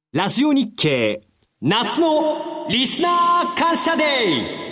ラジオ日経夏のリスナー感謝デー。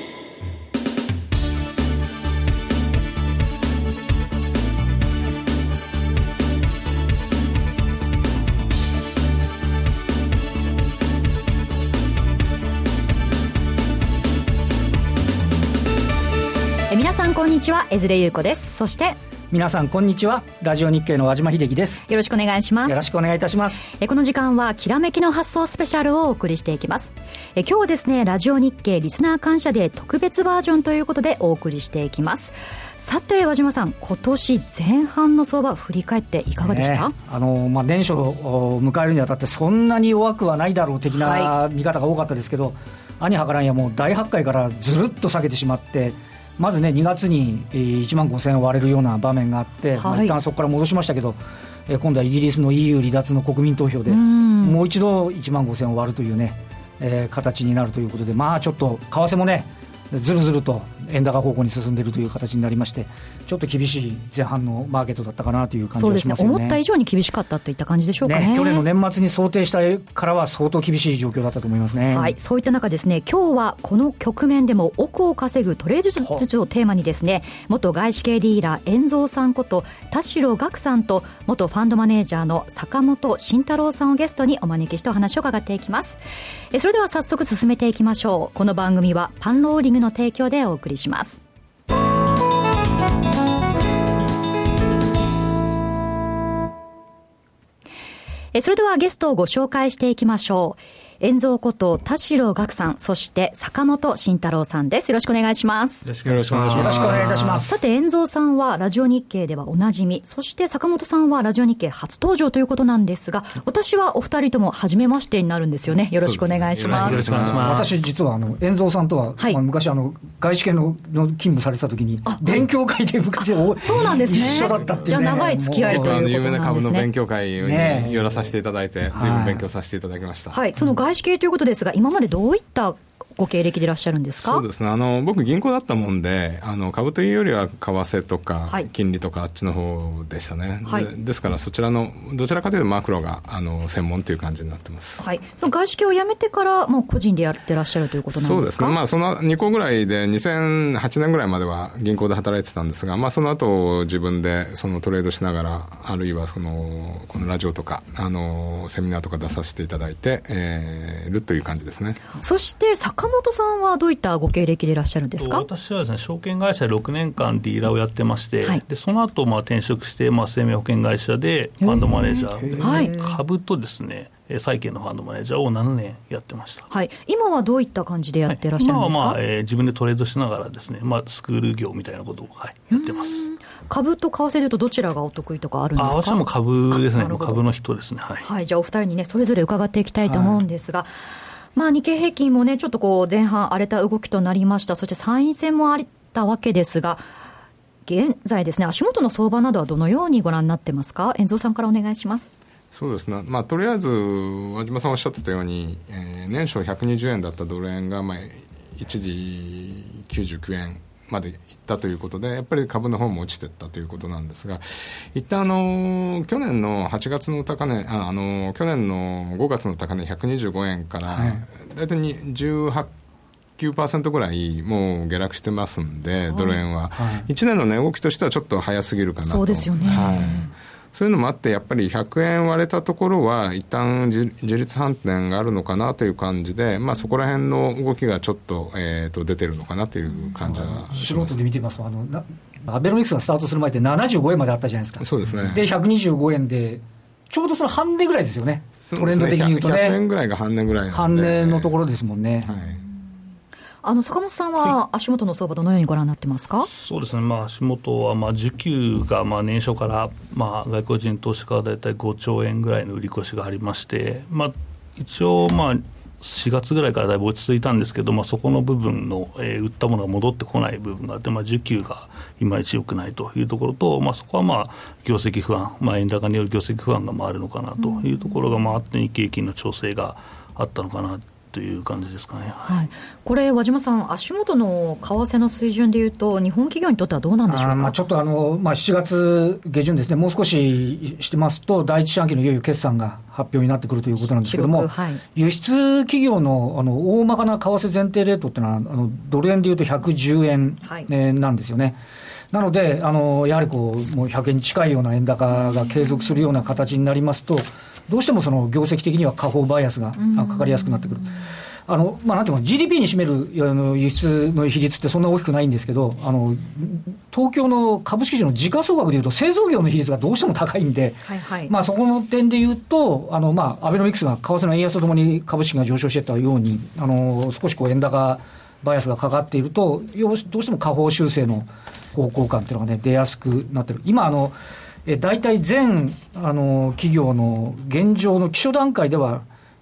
皆さんこんにちは、江連優子です。そして皆さんこんにちは、ラジオ日経の和島秀樹です。 よろしくお願いします。 よろしくお願いいたします。 この時間はきらめきの発想スペシャルをお送りしていきます。今日はですね、ラジオ日経リスナー感謝デー特別バージョンということでお送りしていきます。さて和島さん、今年前半の相場振り返っていかがでした？ 年初を迎えるにあたってそんなに弱くはないだろう的な見方が多かったですけど、兄はからんやもう大発会からずるっと下げてしまって、まずね2月に1万5000円割れるような場面があって、一旦そこから戻しましたけど、今度はイギリスの EU 離脱の国民投票でもう一度1万5000円を割るというね、形になるということで、ちょっと為替もねずるずると円高方向に進んでいるという形になりまして、ちょっと厳しい前半のマーケットだったかなという感じがしますよね。 思った以上に厳しかったといった感じでしょうかね。 去年の年末に想定したからは相当厳しい状況だったと思いますね。 はい、そういった中ですね、今日はこの局面でも億を稼ぐトレード術をテーマにですね、元外資系ディーラー遠蔵さんこと田代岳さんと元ファンドマネージャーの坂本慎太郎さんをゲストにお招きしてお話を伺っていきます。それでは早速進めていきましょう。この番組はパンローリングの提供でお送りします。それではゲストをご紹介していきましょう。遠蔵こと田代岳さん、そして坂本慎太郎さんです。よろしくお願いします。 よろしくお願いします。よろしくお願いいたします。 さて遠蔵さんはラジオ日経ではおなじみ、そして坂本さんはラジオ日経初登場ということなんですが、私はお二人とも初めましてになるんですよね。よろしくお願いします。 よろしくお願いします。私実は遠蔵さんとは、昔外資系の勤務されてた時に勉強会で昔そうなんですね。 一緒だったっていうね。 じゃあ長い付き合いということなんですね。 有名な株の勉強会に寄らさせていただいて、随分勉強させていただきました。 はい、その外資系ということですが、今までどういったご経歴でいらっしゃるんですか？ そうですね、僕銀行だったもんで、株というよりは為替とか金利とかあっちの方でしたね。ですからそちらのどちらかというとマクロが専門という感じになってます。 はい、その外資系を辞めてからもう個人でやってらっしゃるということなんですか？ そうですね、その2個ぐらいで2008年ぐらいまでは銀行で働いてたんですが、その後自分でそのトレードしながら、あるいはこのラジオとかセミナーとか出させていただいてるという感じですね。 そして坂本さんはどういったご経歴でいらっしゃるんですか？ 私はですね、証券会社で6年間ディーラーをやってまして、でその後転職して、生命保険会社でファンドマネージャー、株とですね債券のファンドマネージャーを7年やってました。 はい、今はどういった感じでやってらっしゃるんですか？ 今は自分でトレードしながらですね、スクール業みたいなことを、やってます。 株と為替でいうとどちらがお得意とかあるんですか？ 私はもう株ですね。もう株の人ですね。 はい、じゃあお二人にねそれぞれ伺っていきたいと思うんですが、日経平均もねちょっと前半荒れた動きとなりました。そして参院選もあったわけですが、現在ですね足元の相場などはどのようにご覧になってますか？遠蔵さんからお願いします。 そうですね、とりあえず和島さんおっしゃってたように、年初120円だったドル円が一時99円までいったということで、やっぱり株の方も落ちていったということなんですが、一旦去年の8月の高値、去年の5月の高値125円から大体9% ぐらいもう下落してますんで、ドル円は、1年の値動きとしてはちょっと早すぎるかなと。 そうですよね。 そういうのもあって、やっぱり100円割れたところは一旦自立反転があるのかなという感じで、そこら辺の動きがちょっと、出てるのかなという感じはします。 素人で見てますとアベノミクスがスタートする前って75円まであったじゃないですか。 そうですね。 で125円でちょうどその半値ぐらいですよね。トレンド的に言うとね、 100円ぐらいが半値ぐらいなんで、 半値のところですもんね。 坂本さんは足元の相場どのようにご覧になってますか？ そうですね、足元は需給が年初から外国人投資家がだいたい5兆円ぐらいの売り越しがありまして、一応4月ぐらいからだいぶ落ち着いたんですけど、そこの部分の、売ったものが戻ってこない部分があって、需給がいまいち良くないというところと、そこは業績不安、円高による業績不安があるのかなというところがあって、日経平均の調整があったのかなとという感じですかね。 はい、これ和島さん、足元の為替の水準でいうと日本企業にとってはどうなんでしょうか。 ちょっと7月下旬ですね、もう少ししてますと第一四半期のいよいよ決算が発表になってくるということなんですけども、はい、輸出企業の大まかな為替前提レートっていうのはドル円でいうと110円、はい、なんですよね。なのでやはりもう100円に近いような円高が継続するような形になりますと、どうしてもその業績的には下方バイアスがかかりやすくなってくる。なんていうの GDP に占める輸出の比率ってそんな大きくないんですけど、東京の株式市場の時価総額でいうと製造業の比率がどうしても高いんで、はいはい、そこの点でいうとアベノミクスが為替の円安とともに株式が上昇していったように少し円高バイアスがかかっているとどうしても下方修正の方向感っていうのが、ね、出やすくなっている。今大体全企業の現状の基礎段階では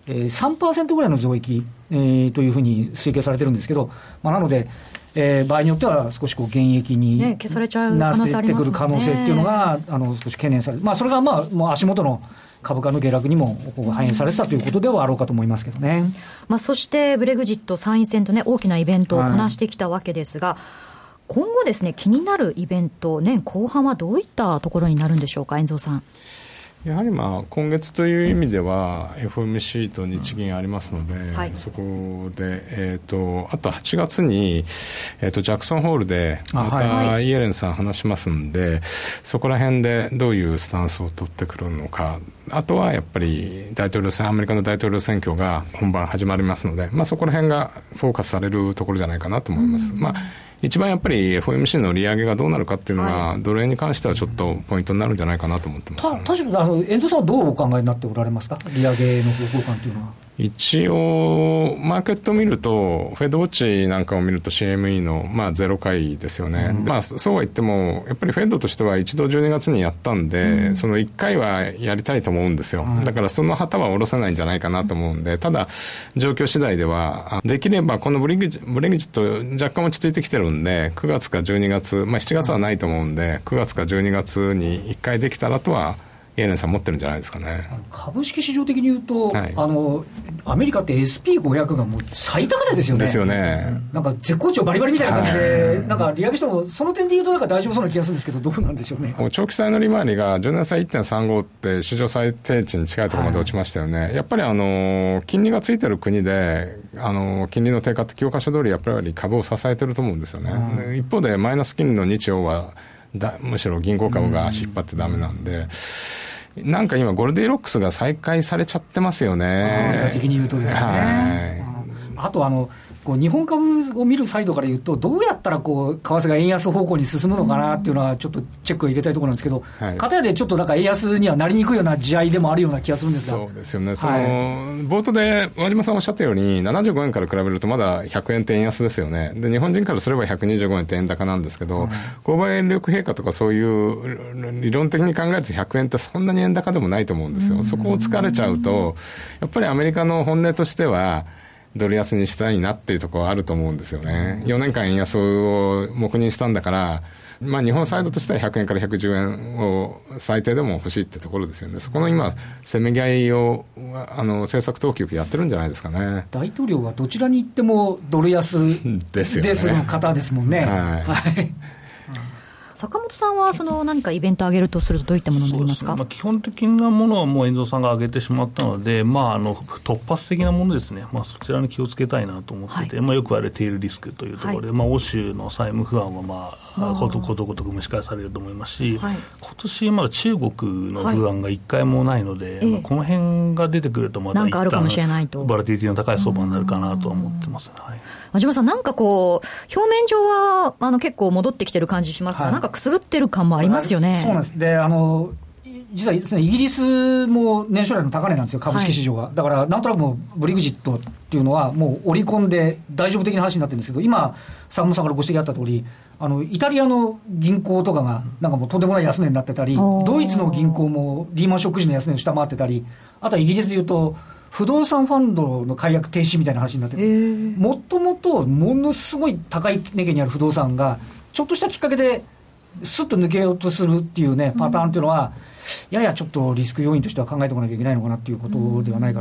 3% ぐらいの増益、というふうに推計されてるんですけど、なので、場合によっては少し減益になっていってくる可能性っていうのが少し懸念される、それがもう足元の株価の下落にも反映されてたということではあろうかと思いますけどね。 そしてブレグジット参院選と、ね、大きなイベントをこなしてきたわけですが、今後ですね、気になるイベント、年後半はどういったところになるんでしょうか、遠藤さん。 やはり今月という意味では FOMC と日銀ありますので、はい、そこで、あと8月に、ジャクソンホールでまたイエレンさん話しますんで、そこら辺でどういうスタンスを取ってくるのか、あとはやっぱりアメリカの大統領選挙が本番始まりますので、そこら辺がフォーカスされるところじゃないかなと思います。一番やっぱり FOMC の利上げがどうなるかっていうのが、ドル円に関してはちょっとポイントになるんじゃないかなと思ってます、ね。 確かに遠藤さんはどうお考えになっておられますか、利上げの方向感というのは。 一応マーケットを見るとフェドウォッチなんかを見ると CME の0回ですよね、そうは言ってもやっぱりフェドとしては一度12月にやったんで、その1回はやりたいと思うんですよ、だからその旗は下ろせないんじゃないかなと思うんで、ただ状況次第ではできればこのブレグジット若干落ち着いてきてるんで、9月か12月、7月はないと思うんで9月か12月に1回できたらとはイエレンさん持ってるんじゃないですかね。 株式市場的に言うと、はい、アメリカって SP500 がもう最高値ですよね。 ですよね。 なんか絶好調バリバリみたいな感じで、なんか利上げしてもその点で言うとなんか大丈夫そうな気がするんですけど、どうなんでしょうね。 長期債の利回りが10年債 1.35 って史上最低値に近いところまで落ちましたよね、やっぱり金利がついてる国で金利の低下って教科書通りやっぱり株を支えてると思うんですよね、一方でマイナス金利の日曜はむしろ銀行株が足引っ張ってダメなんで、なんか今ゴールディロックスが再開されちゃってますよね。 具体的に言うとですね、あと日本株を見るサイドから言うと、どうやったら為替が円安方向に進むのかなっていうのはちょっとチェックを入れたいところなんですけど、片やでちょっとなんか円安にはなりにくいような地合いでもあるような気がするんですが。 そうですよね、冒頭で和島さんおっしゃったように75円から比べるとまだ100円って円安ですよね。で日本人からすれば125円って円高なんですけど、購買力陛下とかそういう理論的に考えると100円ってそんなに円高でもないと思うんですよ。そこを突かれちゃうとやっぱりアメリカの本音としてはドル安にしたいなっていうところはあると思うんですよね。4年間円安を黙認したんだから、日本サイドとしては100円から110円を最低でも欲しいってところですよね。そこの今せめぎ合いを政策当局やってるんじゃないですかね。 大統領はどちらに行ってもドル安ですの方ですもんね。はい坂本さんは何かイベントを上げるとするとどういったものになりますか。 基本的なものはもう遠藤さんが挙げてしまったので、突発的なものですね、そちらに気をつけたいなと思っていて、よくあるテールリスクというところで、欧州の債務不安はことごとく蒸し返されると思いますし、今年まだ中国の不安が1回もないので、この辺が出てくるとまだ一旦バラティリティの高い相場になるかなとは思ってます、 和島さん、なんか表面上は結構戻ってきてる感じしますが、なんかくすぶってる感もありますよね。 そうなんです。で実はですね、イギリスも年初来の高値なんですよ、株式市場が、だからなんとなくもうブレグジットっていうのはもう織り込んで大丈夫的な話になってるんですけど、今坂本さんからご指摘あった通り、イタリアの銀行とかがなんかもうとんでもない安値になってたり、ドイツの銀行もリーマンショック時の安値を下回ってたり、あとはイギリスでいうと不動産ファンドの解約停止みたいな話になってて、もともとものすごい高い値にある不動産がちょっとしたきっかけでスッと抜けようとするっていうねパターンっていうのは、ややちょっとリスク要因としては考えておかなきゃいけないのかなっていうことではないかと。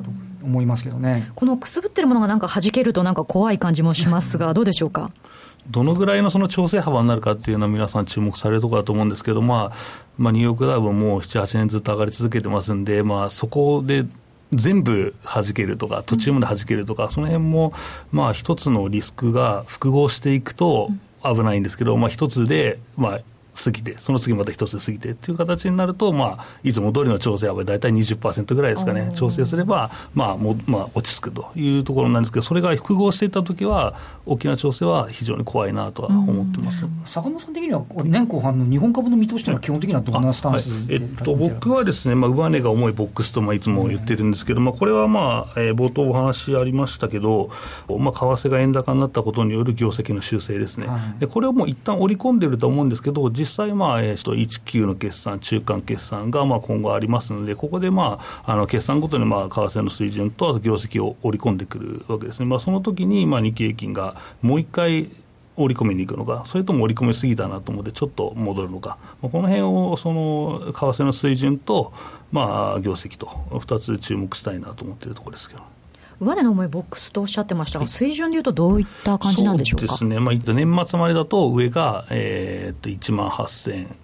思いますけどね。 このくすぶってるものがなんか弾けるとなんか怖い感じもしますがどうでしょうか。 どのぐらいのその調整幅になるかっていうのは皆さん注目されるところだと思うんですけど、ニューヨークダウももう7、8年ずっと上がり続けてますんで、そこで全部弾けるとか途中まで弾けるとか、その辺も一つのリスクが複合していくと危ないんですけど、一つで過ぎて、その次また一つで過ぎてっていう形になると、いつも通りの調整幅で大体 20% ぐらいですかね、調整すれば、落ち着くというところなんですけど、それが複合していったときは、大きな調整は非常に怖いなとは思ってます。 坂本さん的には、年後半の日本株の見通しというのは、基本的にはどんなスタンスで、 僕はですね、上値が重いボックスといつも言ってるんですけど、これは冒頭お話ありましたけど、為替が円高になったことによる業績の修正ですね、でこれをもう一旦織り込んでると思うんですけど、実際、19の決算、中間決算が今後ありますので、ここで決算ごとに為替の水準とあと業績を織り込んでくるわけですね。その時に日経平均がもう一回織り込みに行くのか、それとも織り込みすぎたなと思ってちょっと戻るのか、この辺をその為替の水準と業績と2つ注目したいなと思っているところですけど。 上値の重いボックスとおっしゃってましたが、水準でいうとどういった感じなんでしょうか。 そうですね、年末までだと上が、18,500円、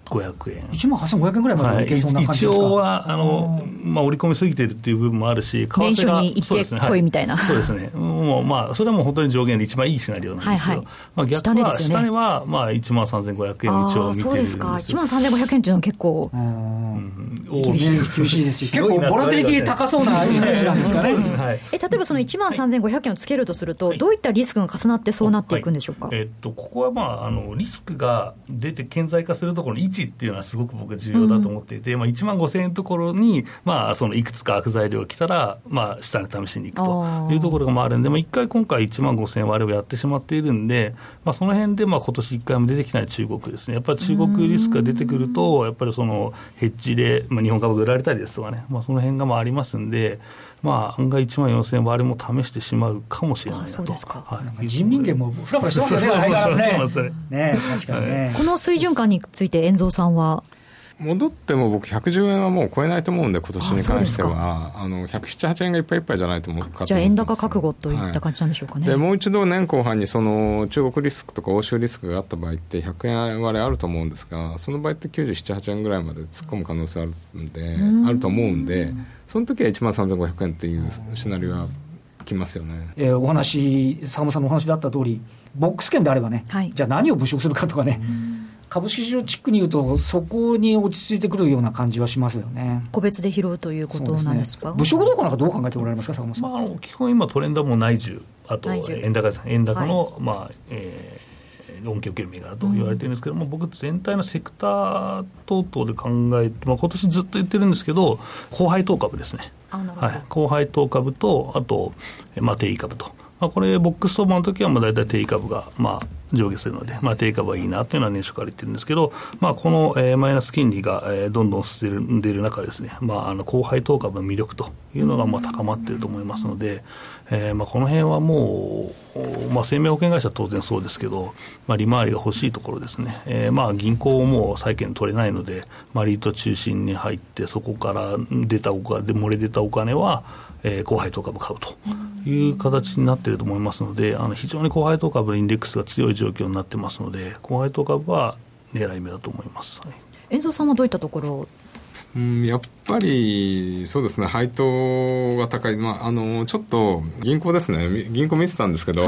18,500円ぐらいまでいけそうな感じですか。 一応は織り込みすぎているっていう部分もあるし、 年初に行ってこいみたいな、 そうですね、もうそれはもう本当に上限で一番いいシナリオなんですけど、逆は下値は13,500円一応見てるんですよ。 そうですか、13,500円っていうのは結構厳しいですし、結構ボラティリティ高そうなイメージなんですかね。 例えばその13,500円をつけるとすると、どういったリスクが重なってそうなっていくんでしょうか。 ここはリスクが出て顕在化するところの位置っていうのはすごく僕は重要だと思っていて、15,000円のところに、そのいくつか悪材料が来たら、下に試しに行くというところがあるんで、今回15,000円割れをやってしまっているんで、その辺で今年1回も出てきない中国ですね。やっぱり中国リスクが出てくると、やっぱりそのヘッジで、日本株が売られたりですとかね、その辺がありますんで、案外14,000円割れも試してしまうかもしれないなと。 そうですか、 人民元もフラフラしてますよね。確かにね。 この水準感について遠蔵さんは。 戻っても僕110円はもう超えないと思うんで、今年に関しては107、8円がいっぱいいっぱいじゃないと思うかと思うんです。 じゃあ円高覚悟といった感じなんでしょうかね。 でもう一度年後半にその中国リスクとか欧州リスクがあった場合って100円割れあると思うんですが、その場合って97、8円ぐらいまで突っ込む可能性あると思うんで、その時は13,500円っていうシナリオはきますよね。 お話、坂本さんのお話だった通り、ボックス圏であればね、じゃあ何を物色するかとかね、株式市場チックに言うとそこに落ち着いてくるような感じはしますよね。 個別で拾うということなんですか。 物色動向なんかどう考えておられますか、坂本さん。 基本今トレンドはもう内需、あと円高です。円高の、恩恵を受ける銘柄と言われてるんですけども、僕全体のセクター等々で考えて、今年ずっと言ってるんですけど、高配当株ですね。高配当株と、あと、定位株と、これボックス相場の時は大体定位株が上下するので、定位株はいいなというのは年初から言ってるんですけど、この、マイナス金利が、どんどん進んでいる中ですね、高配当株の魅力というのが高まっていると思いますので、この辺はもう、生命保険会社は当然そうですけど、利回りが欲しいところですね。銀行も債券取れないので、リート中心に入って、そこから漏れ出たお金は、高配当株買うという形になっていると思いますので、非常に高配当株のインデックスが強い状況になってますので、高配当株は狙い目だと思います。 遠蔵さんはどういったところを。 やっぱりそうですね、配当が高い、ちょっと銀行ですね、銀行見てたんですけど、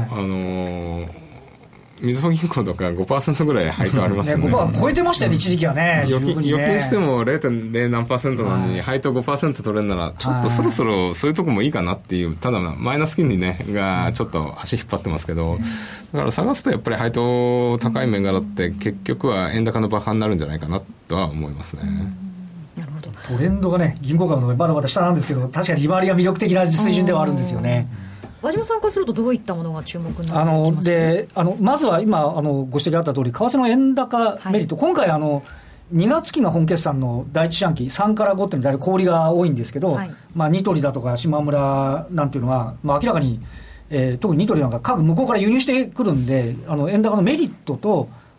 みずほ銀行とか 5% ぐらい配当ありますよね。 僕は超えてましたよね、一時期はね。 預金しても 0.0 何%なのに配当 5% 取れるなら、ちょっとそろそろそういうとこもいいかなっていう、ただマイナス金利ねがちょっと足引っ張ってますけど、だから探すとやっぱり配当高い銘柄って結局は円高のバッファになるんじゃないかなとは思いますね。 なるほど。 トレンドがね、銀行株のまだまだ下なんですけど、確かに利回りが魅力的な水準ではあるんですよね。 和島さんからするとどういったものが注目になってきますか。 まずは今ご指摘あった通り、為替の円高メリット、今回2月期の本決算の第一四半期3から5ってだいぶ小売りが多いんですけど、ニトリだとか島村なんていうのは、明らかに、特にニトリなんか各向こうから輸入してくるんで、円高のメリットと、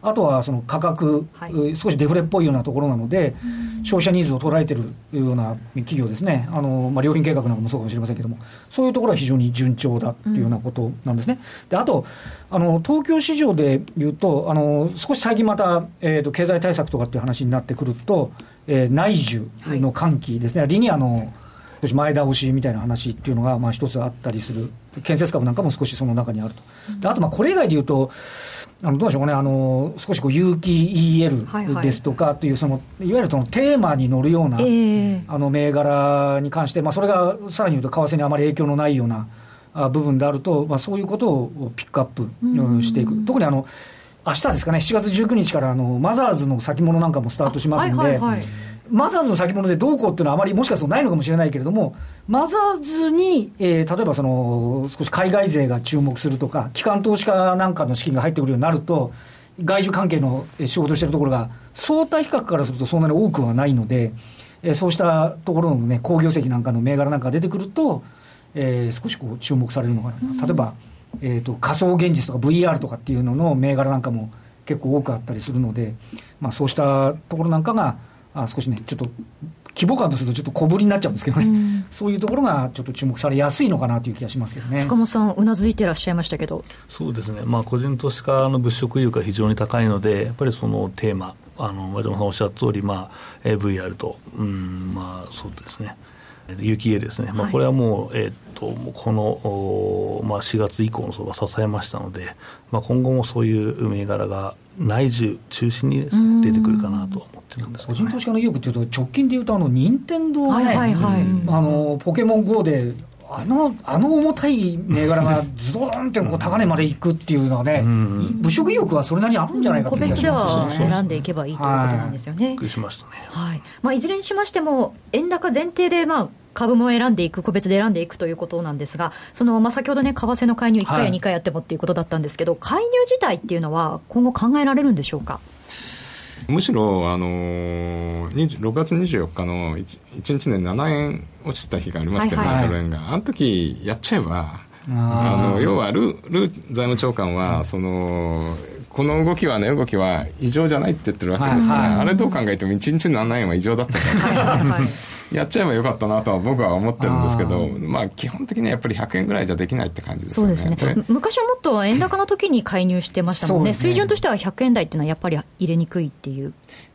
あとはその価格、少しデフレっぽいようなところなので、消費者ニーズを捉えているような企業ですね、良品計画なんかもそうかもしれませんけども、そういうところは非常に順調だっていうようなことなんですね。であと東京市場でいうと少し最近また、経済対策とかっていう話になってくると、内需の喚起ですね、リニアの少し前倒しみたいな話っていうのが一つあったりする、建設株なんかも少しその中にあると。であとこれ以外でいうとどうでしょうかね、少し有機 EL ですとかといういわゆるそのテーマに乗るような、銘柄に関して、それがさらに言うと為替にあまり影響のないような部分であると、そういうことをピックアップしていく。特に明日ですかね、7月19日からマザーズの先物なんかもスタートしますので、マザーズの先物でどうこうっていうのはあまりもしかするとないのかもしれないけれども、マザーズに、例えば少し海外勢が注目するとか、機関投資家なんかの資金が入ってくるようになると、外需関係の仕事してるところが相対比較からするとそんなに多くはないので、そうしたところのね、好業績なんかの銘柄なんかが出てくると、少し注目されるのかな。例えば、仮想現実とか VR とかっていうのの銘柄なんかも結構多くあったりするので、そうしたところなんかが少しね、ちょっと規模感とするとちょっと小ぶりになっちゃうんですけどね、そういうところがちょっと注目されやすいのかなという気がしますけどね。 坂本さんうなずいてらっしゃいましたけど。 そうですね、個人投資家の物色意欲が非常に高いので、やっぱりそのテーマ、和島さんおっしゃった通り、VR と、そうですね、有機 EL ですね、これはもう、この、4月以降の相場支えましたので、今後もそういう銘柄が内需中心に出てくるかなとは思ってるんですけどね。 個人投資家の意欲というと直近でいうと任天堂がね、ポケモン GO で重たい銘柄がズドーンって高値までいくっていうのはね、物色意欲はそれなりにあるんじゃないかという気がしますね。 個別では選んでいけばいいということなんですよね。 びっくりしましたね。 いずれにしましても円高前提で株も選んでいく、個別で選んでいくということなんですが、先ほどね、為替の介入1回や2回やってもっていうことだったんですけど、介入自体っていうのは今後考えられるんでしょうか。 むしろ6月24日の 1日で7円落ちた日がありましたよね、ドル円が。あの時やっちゃえば、要はル財務長官はこの動きは異常じゃないって言ってるわけですから、あれどう考えても1日の7円は異常だったからやっちゃえばよかったなとは僕は思ってるんですけど、基本的にはやっぱり100円ぐらいじゃできないって感じですよね。 そうですね。昔はもっと円高の時に介入してましたもんね。水準としては100円台っていうのはやっぱり入れにくいっていう。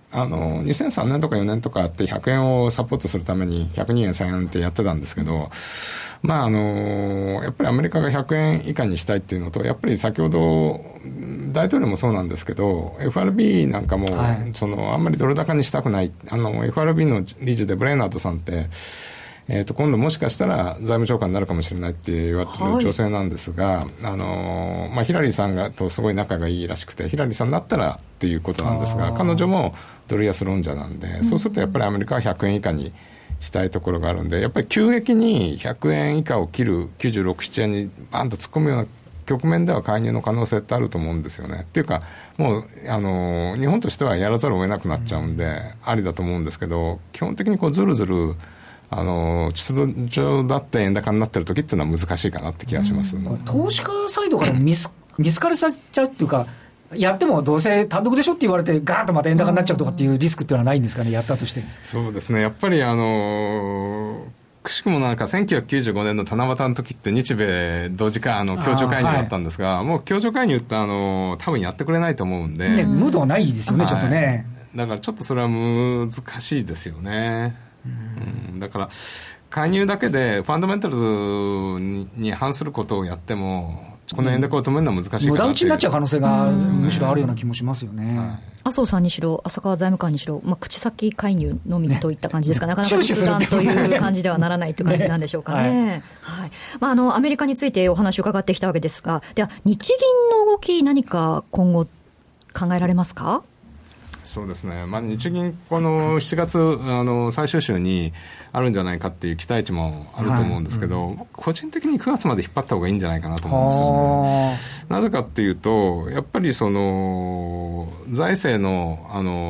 2003年とか4年とかって100円をサポートするために102円3円ってやってたんですけど、やっぱりアメリカが100円以下にしたいっていうのと、やっぱり先ほど大統領もそうなんですけど FRB なんかも、あんまりドル高にしたくない。FRB の理事でブレイナードさんって今度もしかしたら財務長官になるかもしれないって言われてる女性なんですが、ヒラリーさんとすごい仲がいいらしくて、ヒラリーさんになったらっていうことなんですが、彼女もドル安論者なんで、そうするとやっぱりアメリカは100円以下にしたいところがあるんで、やっぱり急激に100円以下を切る96、7円にバンと突っ込むような局面では介入の可能性ってあると思うんですよね。っていうかもう日本としてはやらざるを得なくなっちゃうんで、ありだと思うんですけど、基本的にずるずる秩序上だって円高になってる時っていうのは難しいかなって気がします、 投資家サイドから見透かれさせちゃうっていうか、やってもどうせ単独でしょって言われてガーッとまた円高になっちゃうとかっていうリスクっていうのはないんですかね、やったとして。 そうですね、やっぱりくしくも1995年の七夕の時って日米同時か協調介入だったんですが、もう協調介入って多分やってくれないと思うんで、 ムードはないですよね、ちょっとね。 だからちょっとそれは難しいですよね。だから介入だけでファンダメンタルズに反することをやってもこの円高を止めるのは難しいかなっていう、 無駄打ちになっちゃう可能性がむしろあるような気もしますよね。 麻生さんにしろ浅川財務官にしろ、口先介入のみといった感じですか、なかなか実弾という感じではならないという感じなんでしょうかね。アメリカについてお話を伺ってきたわけですが、では日銀の動き何か今後考えられますか。 そうですね、日銀この7月最終週にあるんじゃないかっていう期待値もあると思うんですけど、個人的に9月まで引っ張った方がいいんじゃないかなと思うんですよね。なぜかっていうと、やっぱり財政の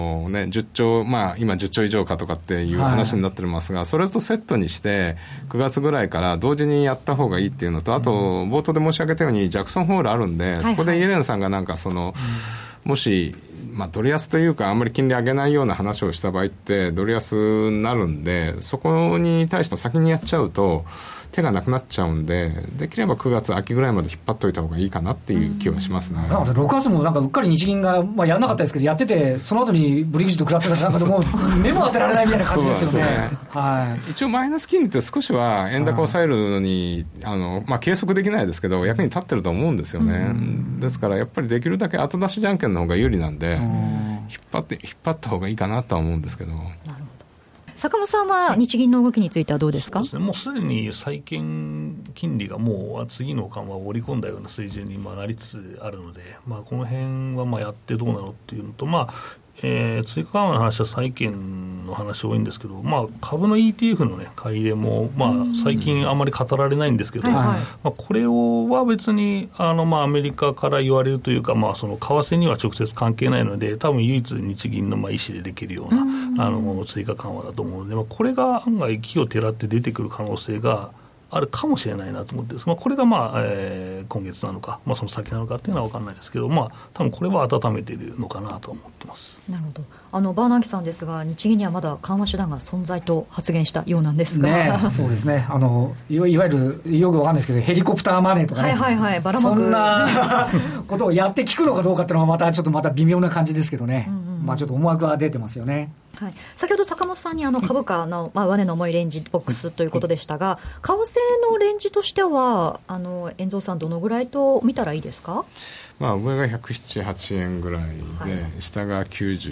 10兆、今10兆以上かとかっていう話になってますが、それとセットにして9月ぐらいから同時にやった方がいいっていうのと、あと冒頭で申し上げたようにジャクソンホールあるんで、そこでイエレンさんがもしドル安というかあんまり金利上げないような話をした場合ってドル安になるんで、そこに対して先にやっちゃうと手がなくなっちゃうんで、できれば9月秋ぐらいまで引っ張っといた方がいいかなっていう気はしますね。 6月もなんかうっかり日銀が、やらなかったですけどやってて、その後にブレグジット食らってたなんかでも目も当てられないみたいな感じですよね。はい、 一応マイナス金利って少しは円高を抑えるのに計測できないですけど役に立ってると思うんですよね。ですからやっぱりできるだけ後出しじゃんけんの方が有利なんで、引っ張った方がいいかなとは思うんですけど。なるほど。 坂本さんは日銀の動きについてはどうですか？ そうですね、もうすでに債券金利がもう次の緩和を織り込んだような水準になりつつあるので、この辺はやってどうなのっていうのと、追加緩和の話は債券の話多いんですけど、株の ETF の、買い入れも、最近あんまり語られないんですけど、これは別にアメリカから言われるというか、その為替には直接関係ないので、多分唯一日銀の意思でできるような追加緩和だと思うので、これが案外木をてらって出てくる可能性があるかもしれないなと思って、これが今月なのか、その先なのかっていうのは分からないですけど、多分これは温めているのかなと思ってます。 なるほど。バーナンキさんですが、日銀にはまだ緩和手段が存在と発言したようなんですが、 そうですね、いわゆるよく分かんないですけどヘリコプターマネーとかね、 ばらまくそんなことをやって聞くのかどうかっていうのはちょっとまた微妙な感じですけどね、ちょっと思惑は出てますよね。 先ほど坂本さんに株価の、上値の重いレンジボックスということでしたが、為替のレンジとしては遠蔵さんどのぐらいと見たらいいですか？ 上が107、8円ぐらいで、下が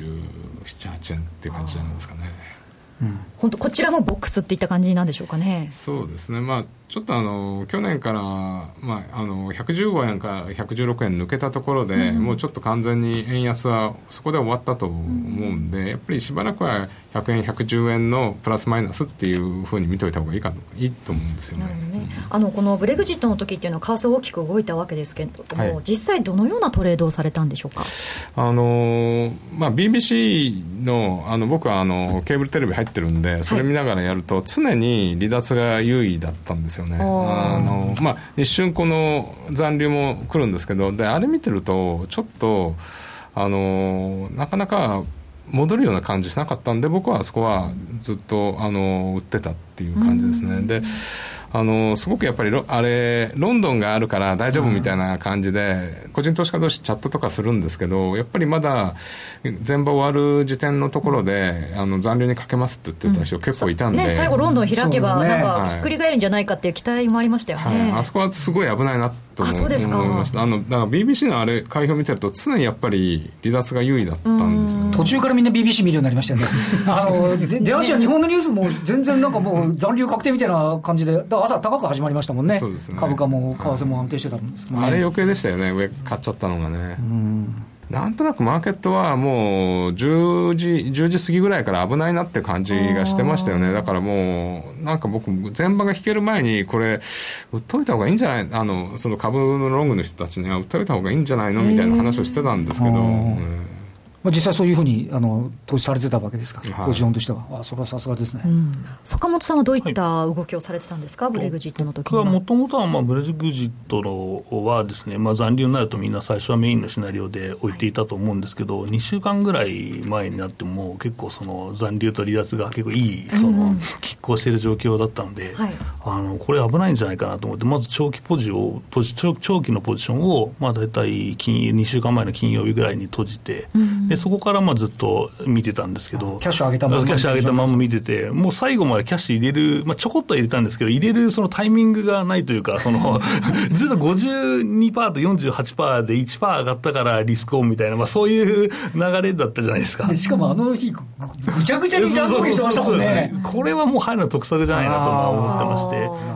97、8円っていう感じじゃないですかね。 本当こちらもボックスっていった感じなんでしょうかね。 そうですね、ちょっと去年から、115円から116円抜けたところで、もうちょっと完全に円安はそこで終わったと思うんで、やっぱりしばらくは100円110円のプラスマイナスっていうふうに見といた方がいいと思うんですよね。 このブレグジットの時っていうのは為替大きく動いたわけですけれども、実際どのようなトレードをされたんでしょうか？ BBC の僕はケーブルテレビ入ってるんで、それ見ながらやると常に離脱が優位だったんですよね。一瞬この残留も来るんですけど、であれ見てるとちょっとなかなか戻るような感じしなかったんで、僕はそこはずっと売ってたっていう感じですね。ですごくやっぱりロンドンがあるから大丈夫みたいな感じで、個人投資家同士チャットとかするんですけど、やっぱりまだ前場終わる時点のところで残留にかけますって言ってた人結構いたんで、 最後ロンドン開けばなんかひっくり返るんじゃないかっていう期待もありましたよね。 あそこはすごい危ないなと思いました。だから BBC の開票見てると常にやっぱり離脱が優位だったんですよね。 途中からみんな BBC 見るようになりましたよね。出足は日本のニュースも全然なんかもう残留確定みたいな感じで、朝高く始まりましたもんね。 そうですね、 株価も為替も安定してたんですけどね。 あれ余計でしたよね、上買っちゃったのがね。なんとなくマーケットはもう10時過ぎぐらいから危ないなって感じがしてましたよね。だからもうなんか僕前場が引ける前にこれ売っといた方がいいんじゃない、その株のロングの人たちには売っといた方がいいんじゃないのみたいな話をしてたんですけど、 実際そういうふうに投資されてたわけですか、ポジションとしては。それはさすがですね。 坂本さんはどういった動きをされてたんですか、ブレグジットの時には。 もともとはブレグジットはですね、残留になるとみんな最初はメインのシナリオで置いていたと思うんですけど、2週間ぐらい前になっても結構その残留と離脱が結構いい拮抗している状況だったので、これ危ないんじゃないかなと思って、まず長期のポジションをだいたい2週間前の金曜日ぐらいに閉じて、でそこからずっと見てたんですけど、 キャッシュ上げたまま見てて、もう最後までキャッシュ入れる、ちょこっと入れたんですけど、入れるそのタイミングがないというか、ずっと 52% と 48% で 1% 上がったからリスクオンみたいな、そういう流れだったじゃないですか。 しかも日ぐちゃぐちゃにジャンプしてましたもんね。 これはもう入るの得策じゃないなと思ってまして、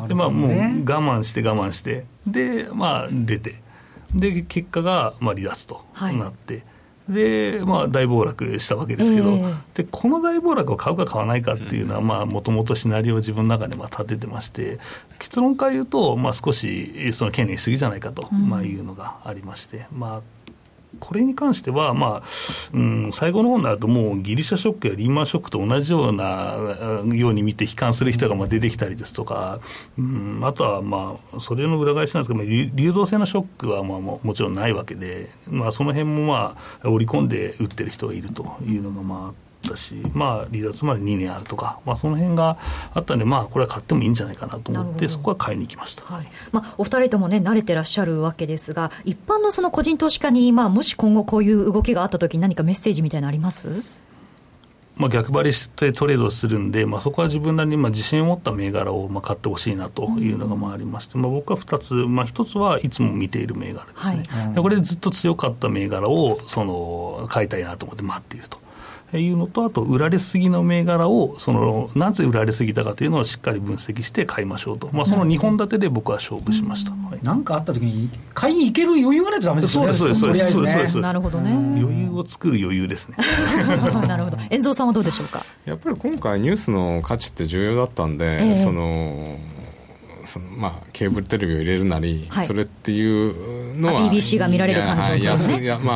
でもう我慢してで出て、で結果が離脱となって、で大暴落したわけですけど、でこの大暴落を買うか買わないかっていうのはもともとシナリオを自分の中で立ててまして、結論から言うと少しその懸念しすぎじゃないかというのがありまして、 これに関しては、最後の方になるともうギリシャショックやリーマンショックと同じように見て悲観する人が出てきたりですとか、あとはそれの裏返しなんですけど、流動性のショックはもちろんないわけで、その辺も織り込んで売ってる人がいるというのがあったし、離脱まで2年あるとか、その辺があったんで、これは買ってもいいんじゃないかなと思って、そこは買いに行きました。 お二人ともね慣れてらっしゃるわけですが、一般のその個人投資家に、もし今後こういう動きがあったときに何かメッセージみたいなのあります？ 逆張りしてトレードするんで、そこは自分なりに自信を持った銘柄を買ってほしいなというのがありまして、僕は2つ、1つはいつも見ている銘柄ですね、でこれでずっと強かった銘柄を買いたいなと思って待っているというのと、あと売られすぎの銘柄をなぜ売られすぎたかというのをしっかり分析して買いましょうと、その2本立てで僕は勝負しました。 何かあった時に買いに行ける余裕がないとダメですよね。 そうです。 なるほどね。 余裕を作る余裕ですね。 なるほど。遠蔵さんはどうでしょうか。 やっぱり今回ニュースの価値って重要だったんで、ケーブルテレビを入れるなり、それっていうのは BBC が見られる環境ですね。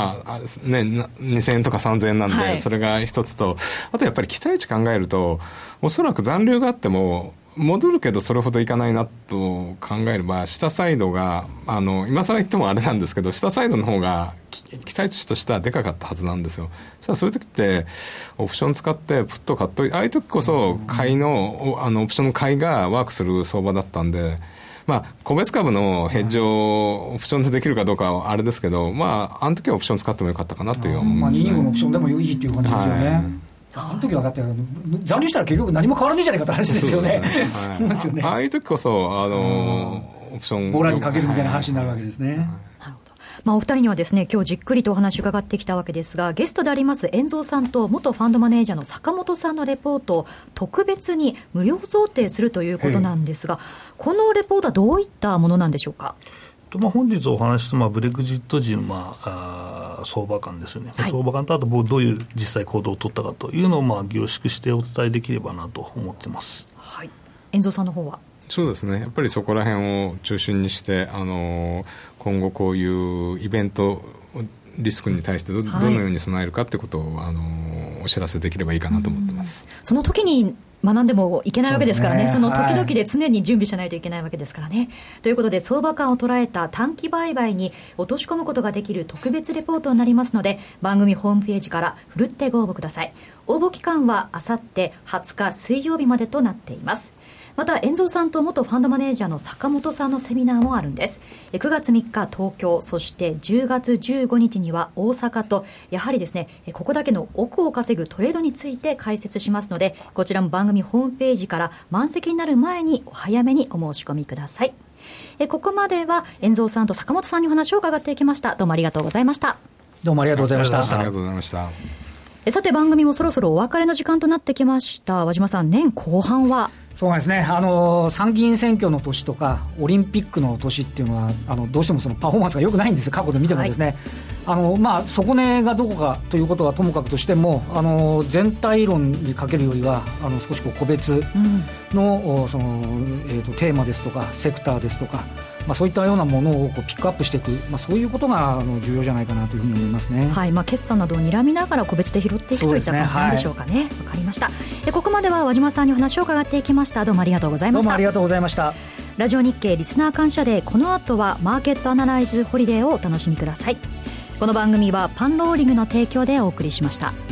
2000円とか3000円なんで、それが一つと、あとやっぱり期待値考えると、おそらく残留があっても戻るけどそれほどいかないなと考えれば、下サイドが今更言ってもあれなんですけど、下サイドの方が期待値としてはでかかったはずなんですよ。そういう時ってオプション使ってプット買っといて、ああいう時こそ買いのオプションの買いがワークする相場だったんで、個別株のヘッジをオプションでできるかどうかはあれですけど、あの時はオプション使ってもよかったかなという思いますね。 25のオプションでもいいっていう感じですよね。あの時はだって残留したら結局何も変わらないじゃないかって話ですよね。 ああいう時こそオプションボラにかけるみたいな話になるわけですね。 なるほど。お二人にはですね今日じっくりとお話を伺ってきたわけですが、ゲストであります遠蔵さんと元ファンドマネージャーの坂本さんのレポートを特別に無料贈呈するということなんですが、このレポートはどういったものなんでしょうか。 本日お話した、ブレグジット時の、相場感ですよね、相場感とあとどういう実際行動を取ったかというのを、凝縮してお伝えできればなと思ってます。 遠蔵さんの方は。 そうですね、やっぱりそこら辺を中心にして今後こういうイベントリスクに対してどのように備えるかということをお知らせできればいいかなと思ってます。 その時に学んでもいけないわけですからね、その時々で常に準備しないといけないわけですからね、ということで相場感を捉えた短期売買に落とし込むことができる特別レポートになりますので、番組ホームページからふるってご応募ください。応募期間はあさって20日水曜日までとなっています。また遠蔵さんと元ファンドマネージャーの坂本さんのセミナーもあるんです。9月3日東京、そして10月15日には大阪と、やはりですねここだけの億を稼ぐトレードについて解説しますので、こちらも番組ホームページから満席になる前にお早めにお申し込みください。ここまでは遠蔵さんと坂本さんにお話を伺っていきました。どうもありがとうございました。 どうもありがとうございました。 ありがとうございました。 さて番組もそろそろお別れの時間となってきました。和島さん、年後半はそうですね、参議院選挙の年とかオリンピックの年っていうのはどうしてもそのパフォーマンスが良くないんですよ、過去で見てもですね、底値がどこかということはともかくとしても全体論にかけるよりは少し個別の、テーマですとかセクターですとか、そういったようなものをピックアップしていく、そういうことが重要じゃないかなというふうに思いますね。 決算などを睨みながら個別で拾っていくといった感じなんでしょうかね。わかりました。ここまでは和島さんにお話を伺っていきました。どうもありがとうございました。 どうもありがとうございました。 ラジオ日経リスナー感謝デー、この後はマーケットアナライズホリデーをお楽しみください。この番組はパンローリングの提供でお送りしました。